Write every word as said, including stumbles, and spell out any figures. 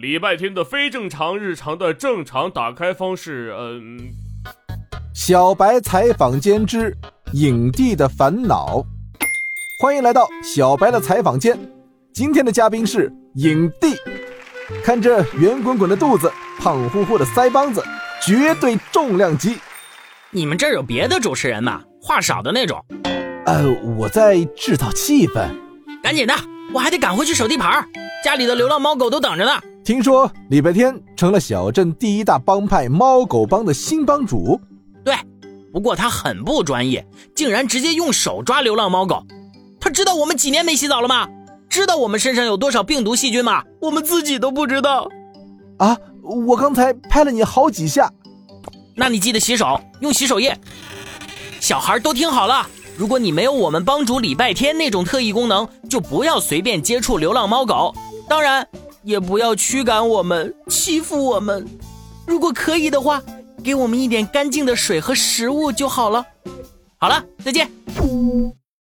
礼拜天的非正常日常的正常打开方式，嗯。 小白采访间之影帝的烦恼。欢迎来到小白的采访间，今天的嘉宾是影帝。看着圆滚滚的肚子，胖乎乎的腮帮子，绝对重量级。 你们这儿有别的主持人吗？话少的那种。 呃，我在制造气氛。 赶紧的，我还得赶回去守地盘，家里的流浪猫狗都等着呢。 听说礼拜天成了小镇第一大帮派猫狗帮的新帮主。 对，不过他很不专业，竟然直接用手抓流浪猫狗。他知道我们几年没洗澡了吗？知道我们身上有多少病毒细菌吗？我们自己都不知道。 啊，我刚才拍了你好几下。 那你记得洗手，用洗手液。小孩都听好了，如果你没有我们帮主礼拜天那种特异功能，就不要随便接触流浪猫狗，当然也不要驱赶我们，欺负我们。如果可以的话，给我们一点干净的水和食物就好了。好了，再见。